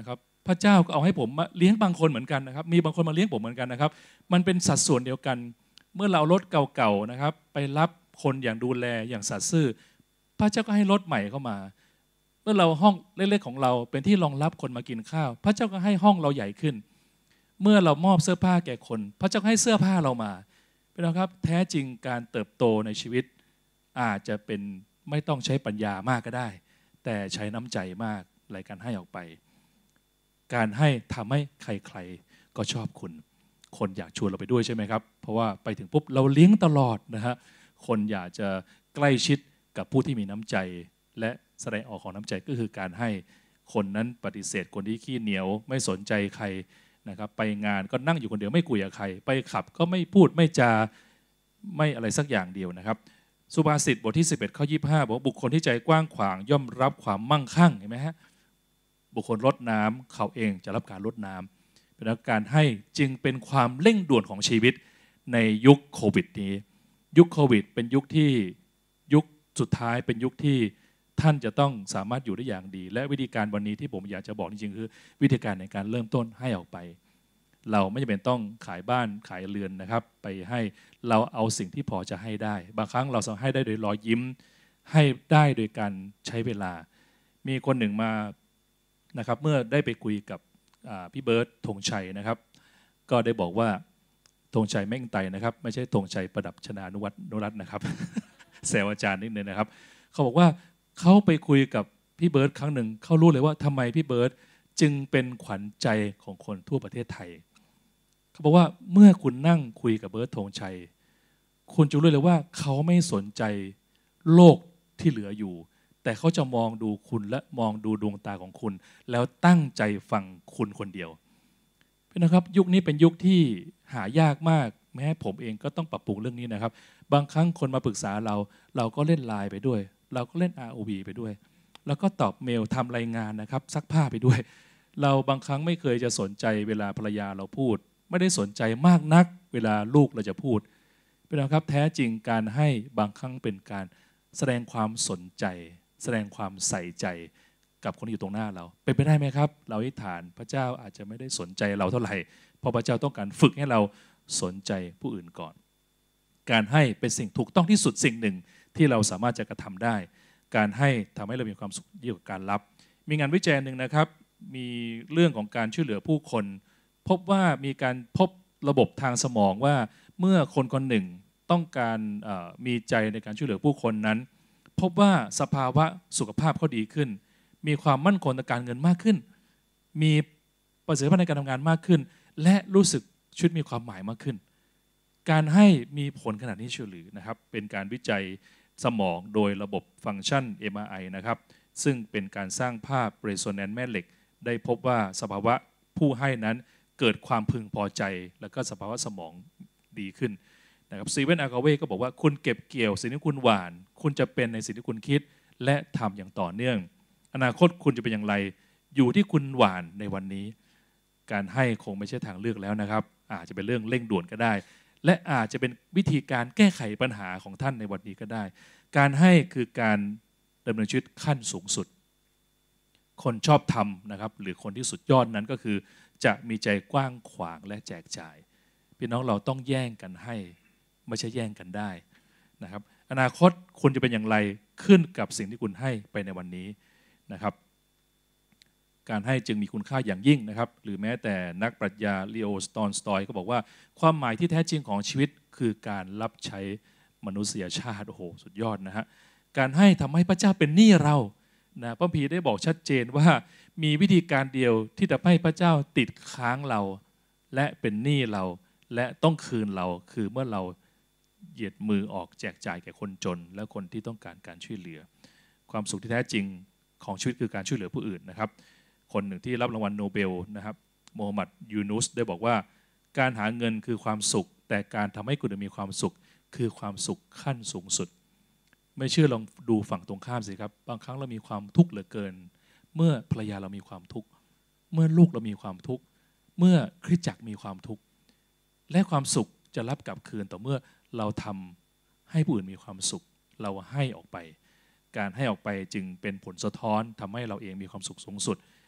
พระเจ้าก็เอาให้ผมมาเลี้ยงบางคนเหมือนกันนะครับมีบางคนมาเลี้ยงผมเหมือนกันนะครับมันเป็นสัดส่วนเดียวกันเมื่อเรารถเก่าๆนะครับไปรับคนอย่างดูแลอย่างสัตย์ซื่อพระเจ้าก็ให้รถใหม่เข้ามาเมื่อเราห้องเล็กๆของเราเป็นที่รองรับคนมากินข้าวพระเจ้าก็ให้ห้องเราใหญ่ขึ้นเมื่อเรามอบเสื้อผ้าแก่คนพระเจ้าให้เสื้อผ้าเรามาเป็นไงครับแท้จริงการเติบโตในชีวิตอาจจะเป็นไม่ต้องใช้ปัญญามากก็ได้แต่ใช้น้ำใจมากในการให้ออกไปการให้ทำให้ใครๆก็ชอบคุณคนอยากชวนเราไปด้วยใช่ไหมครับเพราะว่าไปถึงปุ๊บเราเลี้ยงตลอดนะฮะคนอยากจะใกล้ชิดกับผู้ที่มีน้ำใจและแสดงออกของน้ำใจก็คือการให้คนนั้นปฏิเสธคนที่ขี้เหนียวไม่สนใจใครนะครับไปงานก็นั่งอยู่คนเดียวไม่คุยกับใครไปขับก็ไม่พูดไม่จาไม่อะไรสักอย่างเดียวนะครับสุภาษิตบทที่สิบเอ็ดข้อยี่สิบห้าบอกบุคคลที่ใจกว้างขวางย่อมรับความมั่งคั่งเห็นไหมฮะบุคคลรดน้ำเขาเองจะรับการรดน้ำเป็นการให้จึงเป็นความเร่งด่วนของชีวิตในยุคโควิดนี้ยุคโควิดเป็นยุคที่ยุคสุดท้ายเป็นยุคที่ท่านจะต้องสามารถอยู่ได้อย่างดีและวิธีการวันนี้ที่ผมอยากจะบอกจริงๆคือวิธีการในการเริ่มต้นให้ออกไปเราไม่จำเป็นต้องขายบ้านขายเรือนนะครับไปให้เราเอาสิ่งที่พอจะให้ได้บางครั้งเราสามารถให้ได้โดยรอยยิ้มให้ได้โดยการใช้เวลามีคนหนึ่งมานะครับเมื่อได้ไปคุยกับพี่เบิร์ตธงชัยนะครับก็ได้บอกว่าธงชัยแม่งไตนะครับไม่ใช่ธงชัยประดับชนานุวัฒน์นุรัตน์นะครับแซวอาจารย์นิดนึงนะครับเขาบอกว่าเขาไปคุยกับพี่เบิร์ตครั้งหนึ่งเขารู้เลยว่าทำไมพี่เบิร์ตจึงเป็นขวัญใจของคนทั่วประเทศไทยเขาบอกว่าเมื่อคุณนั่งคุยกับเบิร์ตธงชัยคุณจะรู้เลยว่าเขาไม่สนใจโลกที่เหลืออยู่แต่เขาจะมองดูคุณและมองดูดวงตาของคุณแล้วตั้งใจฟังคุณคนเดียวนะครับยุคนี้เป็นยุคที่หายากมากแม้ผมเองก็ต้องปรับปรุงเรื่องนี้นะครับบางครั้งคนมาปรึกษาเราเราก็เล่นไลน์ไปด้วยเราก็เล่น อาร์ โอ วี ไปด้วยแล้วก็ตอบเมลทำรายงานนะครับซักผ้าไปด้วยเราบางครั้งไม่เคยจะสนใจเวลาภรรยาเราพูดไม่ได้สนใจมากนักเวลาลูกเราจะพูดเป็นนะครับแท้จริงการให้บางครั้งเป็นการแสดงความสนใจแสดงความใส่ใจกับคนที่อยู่ตรงหน้าเราเป็นไปได้ไหมครับเราอธิษฐานพระเจ้าอาจจะไม่ได้สนใจเราเท่าไหร่เพราะพระเจ้าต้องการฝึกให้เราสนใจผู้อื่นก่อนการให้เป็นสิ่งถูกต้องที่สุดสิ่งหนึ่งที่เราสามารถจะกระทำได้การให้ทำให้เรามีความสุขยิ่งกว่าการรับมีงานวิจัยหนึ่งนะครับมีเรื่องของการช่วยเหลือผู้คนพบว่ามีการพบระบบทางสมองว่าเมื่อคนคนหนึ่งต้องการมีใจในการช่วยเหลือผู้คนนั้นพบว่าสภาวะสุขภาพเขาดีขึ้นมีความมั่นคงทางการเงินมากขึ้นมีประสิทธิภาพในการทำงานมากขึ้นและรู้สึกชีวิตมีความหมายมากขึ้นการให้มีผลขนาดนี้เชียวหรือนะครับเป็นการวิจัยสมองโดยระบบฟังก์ชัน เอ็ม อาร์ ไอ นะครับซึ่งเป็นการสร้างภาพเรโซแนนซ์แม่เหล็กได้พบว่าสภาวะผู้ให้นั้นเกิดความพึงพอใจและก็สภาวะสมองดีขึ้นนะครับซีเวนอากาเวก็บอกว่าคุณเก็บเกี่ยวสิ่งที่คุณหว่านคุณจะเป็นในสิ่งที่คุณคิดและทำอย่างต่อเนื่องอนาคตคุณจะเป็นอย่างไรอยู่ที่คุณหว่านในวันนี้การให้คงไม่ใช่ทางเลือกแล้วนะครับอาจจะเป็นเรื่องเร่งด่วนก็ได้และอาจจะเป็นวิธีการแก้ไขปัญหาของท่านในวันนี้ก็ได้การให้คือการดำเนินชีวิตขั้นสูงสุดคนชอบทำนะครับหรือคนที่สุดยอดนั้นก็คือจะมีใจกว้างขวางและแจกจ่ายพี่น้องเราต้องแย่งกันให้ไม่ใช่แย่งกันได้นะครับอนาคตคุณจะเป็นอย่างไรขึ้นกับสิ่งที่คุณให้ไปในวันนี้นะครับการให้จึงมีคุณค่าอย่างยิ่งนะครับหรือแม้แต่นักปรัชญาลีโอสตอนสตอยก็บอกว่าความหมายที่แท้จริงของชีวิตคือการรับใช้มนุษยชาติโอ้โหสุดยอดนะฮะการให้ทำให้พระเจ้าเป็นหนี้เรานะพระคัมภีร์ได้บอกชัดเจนว่ามีวิธีการเดียวที่จะให้พระเจ้าติดค้างเราและเป็นหนี้เราและต้องคืนเราคือเมื่อเราเหยียดมือออกแจกจ่ายแก่คนจนและคนที่ต้องการการช่วยเหลือความสุขที่แท้จริงของชีวิตคือการช่วยเหลือผู้อื่นนะครับคนหนึ่งที่รับรางวัลโนเบลนะครับโมฮัมหมัดยูนุสได้บอกว่าการหาเงินคือความสุขแต่การทำให้คุณมีความสุขคือความสุขขั้นสูงสุดไม่เชื่อลองดูฝั่งตรงข้ามสิครับบางครั้งเรามีความทุกข์เหลือเกินเมื่อภรรยาเรามีความทุกข์เมื่อลูกเรามีความทุกข์เมื่อคริสตจักรมีความทุกข์และความสุขจะรับกลับคืนต่อเมื่อเราทำให้ผู้อื่นมีความสุขเราให้ออกไปการให้ออกไปจึงเป็นผลสะท้อนทำให้เราเองมีความสุขสูงสุด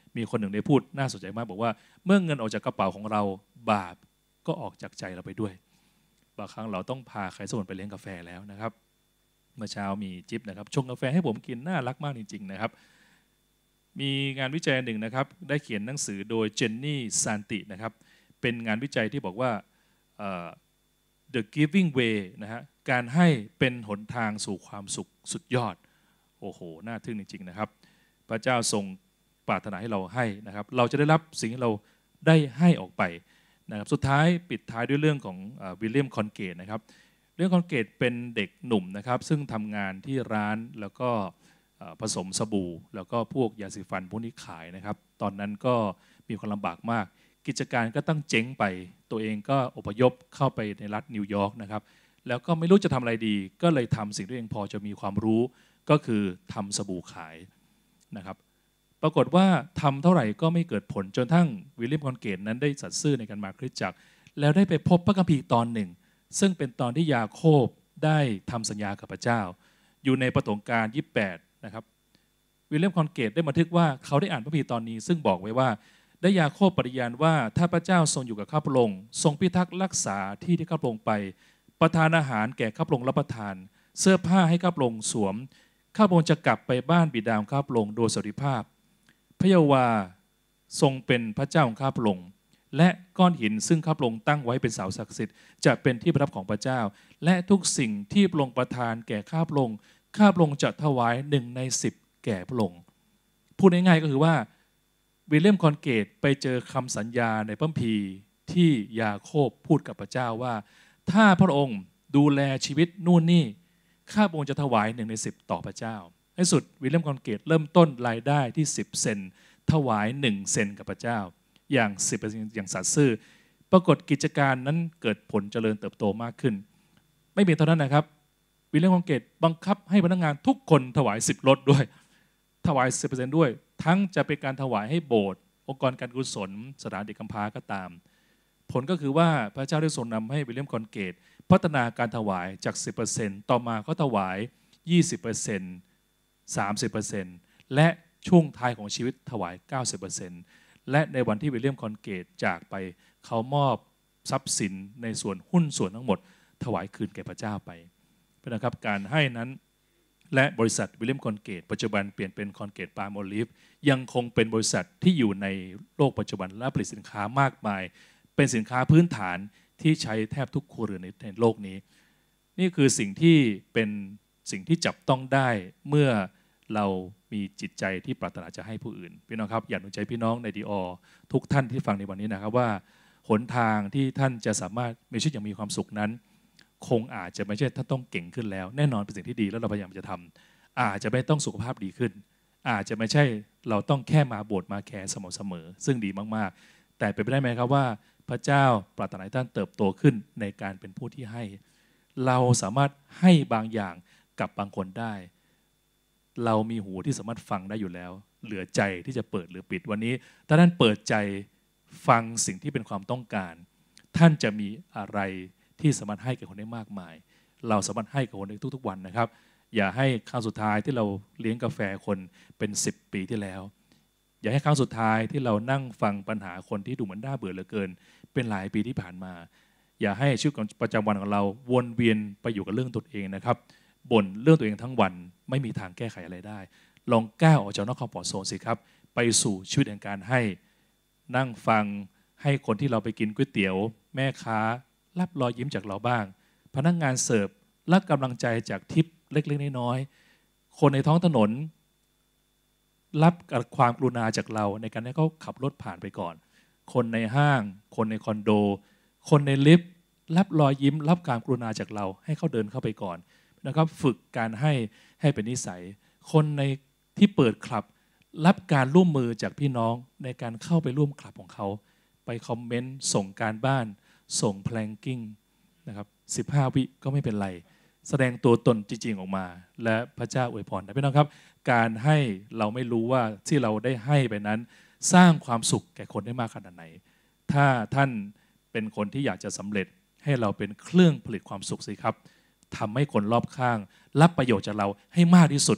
มีคนหนึ่งได้พูดน่าสนใจมากบอกว่าเมื่อเงินออกจากกระเป๋าของเราบาปก็ออกจากใจเราไปด้วยบางครั้งเราต้องพาใครสักคนไปเลี้ยงกาแฟแล้วนะครับเมื่อเช้ามีจิ๊บนะครับชงกาแฟให้ผมกินน่ารักมากจริงๆนะครับมีงานวิจัยหนึ่งนะครับได้เขียนหนังสือโดยเจนนี่ซานตินะครับเป็นงานวิจัยที่บอกว่า uh, the giving way นะฮะการให้เป็นหนทางสู่ความสุขสุดยอดโอ้โหน่าทึ่งจริงๆนะครับพระเจ้าทรงปรารถนาให้เราให้นะครับเราจะได้รับสิ่งที่เราได้ให้ออกไปนะครับสุดท้ายปิดท้ายด้วยเรื่องของวิลเลียมคอนเกตนะครับเรื่องคอนเกตเป็นเด็กหนุ่มนะครับซึ่งทำงานที่ร้านแล้วก็ผสมสบู่แล้วก็พวกยาสีฟันพวกนี้ขายนะครับตอนนั้นก็มีความลำบากมากกิจการก็ตั้งเจ๊งไปตัวเองก็อพยพเข้าไปในรัฐนิวยอร์กนะครับแล้วก็ไม่รู้จะทำอะไรดีก็เลยทำสิ่งที่ตัวเองพอจะมีความรู้ก็คือทำสบู่ขายนะครับปรากฏว่าทำเท่าไหร่ก็ไม่เกิดผลจนทั้งวิลเลียมคอนเกตนั้นได้สัตย์ซื่อในการมาคริสตจักรแล้วได้ไปพบพระคัมภีร์ตอนหนึ่งซึ่งเป็นตอนที่ยาโคบได้ทำสัญญากับพระเจ้าอยู่ในปฐมกาลยี่สิบแปดนะครับวิลเลียมคอนเกตได้บันทึกว่าเขาได้อ่านพระคัมภีร์ตอนนี้ซึ่งบอกไว้ว่าได้ยาโคบปฏิญาณว่าถ้าพระเจ้าทรงอยู่กับข้าพระองค์ทรงพิทักษ์รักษาที่ที่ข้าพระองค์ไปประทานอาหารแก่ข้าพระองค์รับประทานเสื้อผ้าให้ข้าพระองค์สวมข้าพระองค์จะกลับไปบ้านบิดาของข้าพระองค์โดยสวัสดิภาพพระยาห์วาทรงเป็นพระเจ้าของข้าพระองค์และก้อนหินซึ่งข้าพระองค์ตั้งไว้เป็นเสาศักดิ์สิทธิ์จะเป็นที่ประทับของพระเจ้าและทุกสิ่งที่พระองค์ประทานแก่ข้าพระองค์ข้าพระองค์จะถวายหนึ่งในสิบแก่พระองค์พูดง่ายๆก็คือว่าวิลเลียมคอนเกตไปเจอคำสัญญาในพระคัมภีร์ที่ยาโคบพูดกับพระเจ้าว่าถ้าพระองค์ดูแลชีวิตนู่นนี่ข้าพระองค์จะถวายหนึ่งในสิบต่อพระเจ้าในสุดวิลเลียมคอนเกตเริ่มต้นรายได้ที่สิบเซนต์ถวายหนึ่งเซนต์กับพระเจ้าอย่างสิบเปอร์เซ็นต์อย่างสัตย์ซื่อปรากฏกิจการนั้นเกิดผลเจริญเติบโตมากขึ้นไม่เพียงเท่านั้นนะครับวิลเลียมคอนเกตบังคับให้พนักงานทุกคนถวายสิบรถด้วยถวาย สิบเปอร์เซ็นต์ ด้วยทั้งจะเป็นการถวายให้โบสถ์องค์กรการกุศลสถานเด็กกำพร้าก็ตามผลก็คือว่าพระเจ้าได้ทรงนำให้วิลเลียมคอนเกตพัฒนาการถวายจาก สิบเปอร์เซ็นต์ ต่อมาก็ถวาย ยี่สิบเปอร์เซ็นต์ สามสิบเปอร์เซ็นต์ และช่วงท้ายของชีวิตถวาย เก้าสิบเปอร์เซ็นต์ และในวันที่วิลเลียมคอนเกตจากไปเขามอบทรัพย์สินในส่วนหุ้นส่วนทั้งหมดถวายคืนแก่พระเจ้าไปเป็นนะครับการให้นั้นและบริษัทวิลเลียมคอนเกตปัจจุบันเปลี่ยนเป็นคอนเกตปาล์มโอลิฟยังคงเป็นบริษัทที่อยู่ในโลกปัจจุบันและผลิตสินค้ามากมายเป็นสินค้าพื้นฐานที่ใช้แทบทุกครัวเรือนในโลกนี้นี่คือสิ่งที่เป็นสิ่งที่จับต้องได้เมื่อเรามีจิตใจที่ปรารถนาจะให้ผู้อื่นพี่น้องครับอยากหนุนใจพี่น้องในดีออทุกท่านที่ฟังในวันนี้นะครับว่าหนทางที่ท่านจะสามารถมีชีวิตอย่างมีความสุขนั้นคงอาจจะไม่ใช่ท่านต้องเก่งขึ้นแล้วแน่นอนเป็นสิ่งที่ดีแล้วเราพยายามจะทำอาจจะไม่ต้องสุขภาพดีขึ้นอาจจะไม่ใช่เราต้องแค่มาโบสถ์มาแคร์เสมอๆซึ่งดีมากๆแต่เป็นไปได้ไหมครับว่าพระเจ้าปรารถนาให้ท่านเติบโตขึ้นในการเป็นผู้ที่ให้เราสามารถให้บางอย่างกับบางคนได้เรามีหูที่สามารถฟังได้อยู่แล้วเหลือใจที่จะเปิดหรือปิดวันนี้ถ้าท่านเปิดใจฟังสิ่งที่เป็นความต้องการท่านจะมีอะไรที่สามารถให้กับคนได้มากมายเราสามารถให้กับคนได้ทุกๆวันนะครับอย่าให้ครั้งสุดท้ายที่เราเลี้ยงกาแฟคนเป็นสิบปีที่แล้วอย่าให้ครั้งสุดท้ายที่เรานั่งฟังปัญหาคนที่ดูเหมือนน่าเบื่อเหลือเกินเป็นหลายปีที่ผ่านมาอย่าให้ชีวิตประจำวันของเราวนเวียนไปอยู่กับเรื่องตัวเองนะครับบ่นเรื่องตัวเองทั้งวันไม่มีทางแก้ไขอะไรได้ลองก้าวออกจากนอกคอมฟอร์ตโซนสิครับไปสู่ชีวิตแห่งการให้นั่งฟังให้คนที่เราไปกินก๋วยเตี๋ยวแม่ค้ารับรอยยิ้มจากเราบ้างพนักงานเสิร์ฟรับกำลังใจจากทิปเล็กๆน้อยๆคนในท้องถนนรับความกรุณาจากเราในการให้เขาขับรถผ่านไปก่อนคนในห้างคนในคอนโดคนในลิฟต์รับรอยยิ้มรับการกรุณาจากเราให้เขาเดินเข้าไปก่อนนะครับฝึกการให้ให้เป็นนิสัยคนในที่เปิดคลับรับการร่วมมือจากพี่น้องในการเข้าไปร่วมคลับของเขาไปคอมเมนต์ส่งการบ้านส่งแพลงกิ้งนะครับสิบห้าวิก็ไม่เป็นไรแสดงตัวตนจริงๆออกมาและพระเจ้าอวยพรนะพี่น้องครับการให้เราไม่รู้ว่าที่เราได้ให้ไปนั้นสร้างความสุขแก่คนได้มากขนาดไหนถ้าท่านเป็นคนที่อยากจะสำเร็จให้เราเป็นเครื่องผลิตความสุขสิครับทำให้คนรอบข้างรับประโยชน์จากเราให้มากที่สุด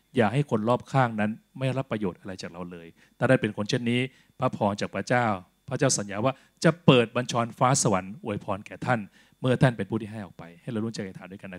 อย่าให้คนรอบข้างนั้นไม่รับประโยชน์อะไรจากเราเลยถ้าได้เป็นคนเช่นนี้พระพรจากพระเจ้าพระเจ้าสัญญาว่าจะเปิดบัญชรฟ้าสวรรค์อวยพรแก่ท่านเมื่อท่านเป็นผู้ที่ให้ออกไปให้เราร่วมใจกันอธิษฐานด้วยกันนะ